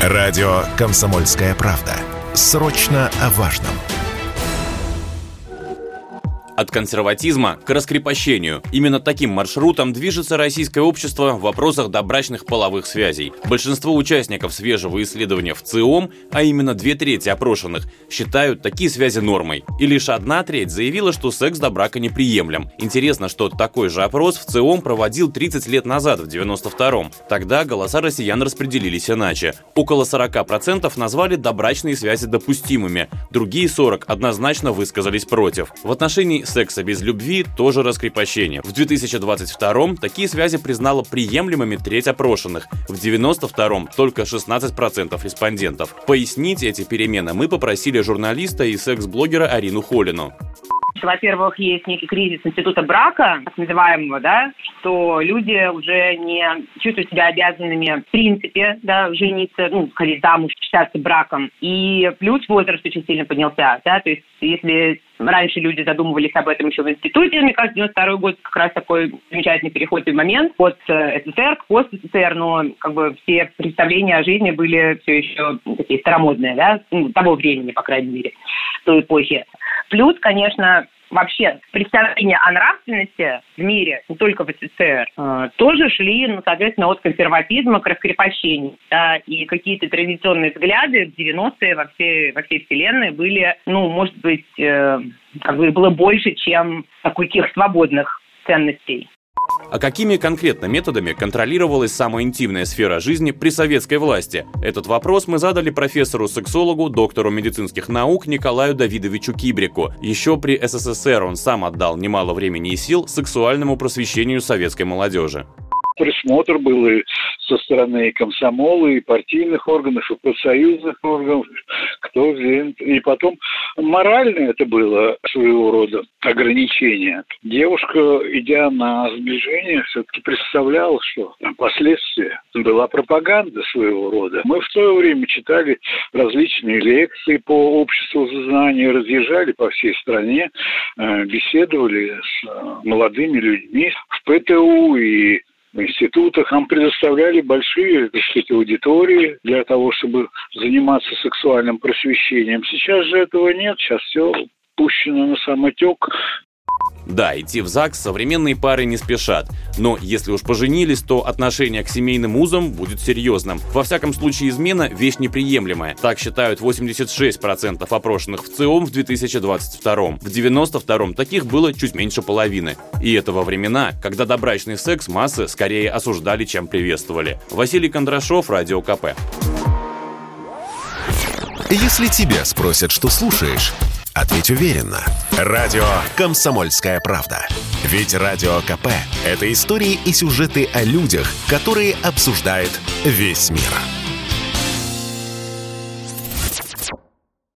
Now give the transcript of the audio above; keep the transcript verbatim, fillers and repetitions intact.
Радио «Комсомольская правда». Срочно о важном. От консерватизма к раскрепощению. Именно таким маршрутом движется российское общество в вопросах добрачных половых связей. Большинство участников свежего исследования в ЦИОМ, а именно две трети опрошенных, считают такие связи нормой. И лишь одна треть заявила, что секс до брака неприемлем. Интересно, что такой же опрос в ЦИОМ проводил тридцать лет назад, в девяносто втором. Тогда голоса россиян распределились иначе. Около сорок процентов назвали добрачные связи допустимыми, другие сорок процентов однозначно высказались против. В отношении секса без любви тоже раскрепощение. В две тысячи двадцать втором такие связи признала приемлемыми треть опрошенных. В девяносто втором только шестнадцать процентов респондентов. Пояснить эти перемены мы попросили журналиста и секс-блогера Арину Холину. Во-первых, есть некий кризис института брака, так называемого, да, что люди уже не чувствуют себя обязанными в принципе, да, жениться, ну, ходить замуж, считаться браком. И плюс возраст очень сильно поднялся, да, то есть если раньше люди задумывались об этом еще в институте, мне кажется, девяносто второй год как раз такой замечательный переходный момент от СССР к пост-СССР, но как бы все представления о жизни были все еще такие старомодные, да, ну, того времени, по крайней мере, той эпохи. Плюс, конечно, вообще представления о нравственности в мире, не только в СССР, э, тоже шли, ну, соответственно, от консерватизма к раскрепощению. Да, и какие-то традиционные взгляды в девяностые во всей, во всей вселенной были, ну, может быть, э, как бы было больше, чем таких свободных ценностей. А какими конкретно методами контролировалась самая интимная сфера жизни при советской власти? Этот вопрос мы задали профессору-сексологу, доктору медицинских наук Николаю Давидовичу Кибрику. Еще при СССР он сам отдал немало времени и сил сексуальному просвещению советской молодежи. Присмотр был и со стороны комсомола, и партийных органов, и профсоюзных органов, кто взял. И потом морально это было своего рода ограничение. Девушка, идя на сближение, все-таки представляла, что там последствия. Была пропаганда своего рода. Мы в то время читали различные лекции по обществу знания, разъезжали по всей стране, беседовали с молодыми людьми в ПТУ и в институтах. Нам предоставляли большие, так сказать, аудитории для того, чтобы заниматься сексуальным просвещением. Сейчас же этого нет, сейчас все пущено на самотек. Да, идти в ЗАГС современные пары не спешат. Но если уж поженились, то отношение к семейным узам будет серьезным. Во всяком случае, измена – вещь неприемлемая. Так считают восемьдесят шесть процентов опрошенных в ЦИОМ в две тысячи двадцать втором. В девяносто втором таких было чуть меньше половины. И это во времена, когда добрачный секс массы скорее осуждали, чем приветствовали. Василий Кондрашов, Радио КП. Если тебя спросят, что слушаешь, ответь уверенно. Радио «Комсомольская правда». Ведь Радио КП – это истории и сюжеты о людях, которые обсуждает весь мир.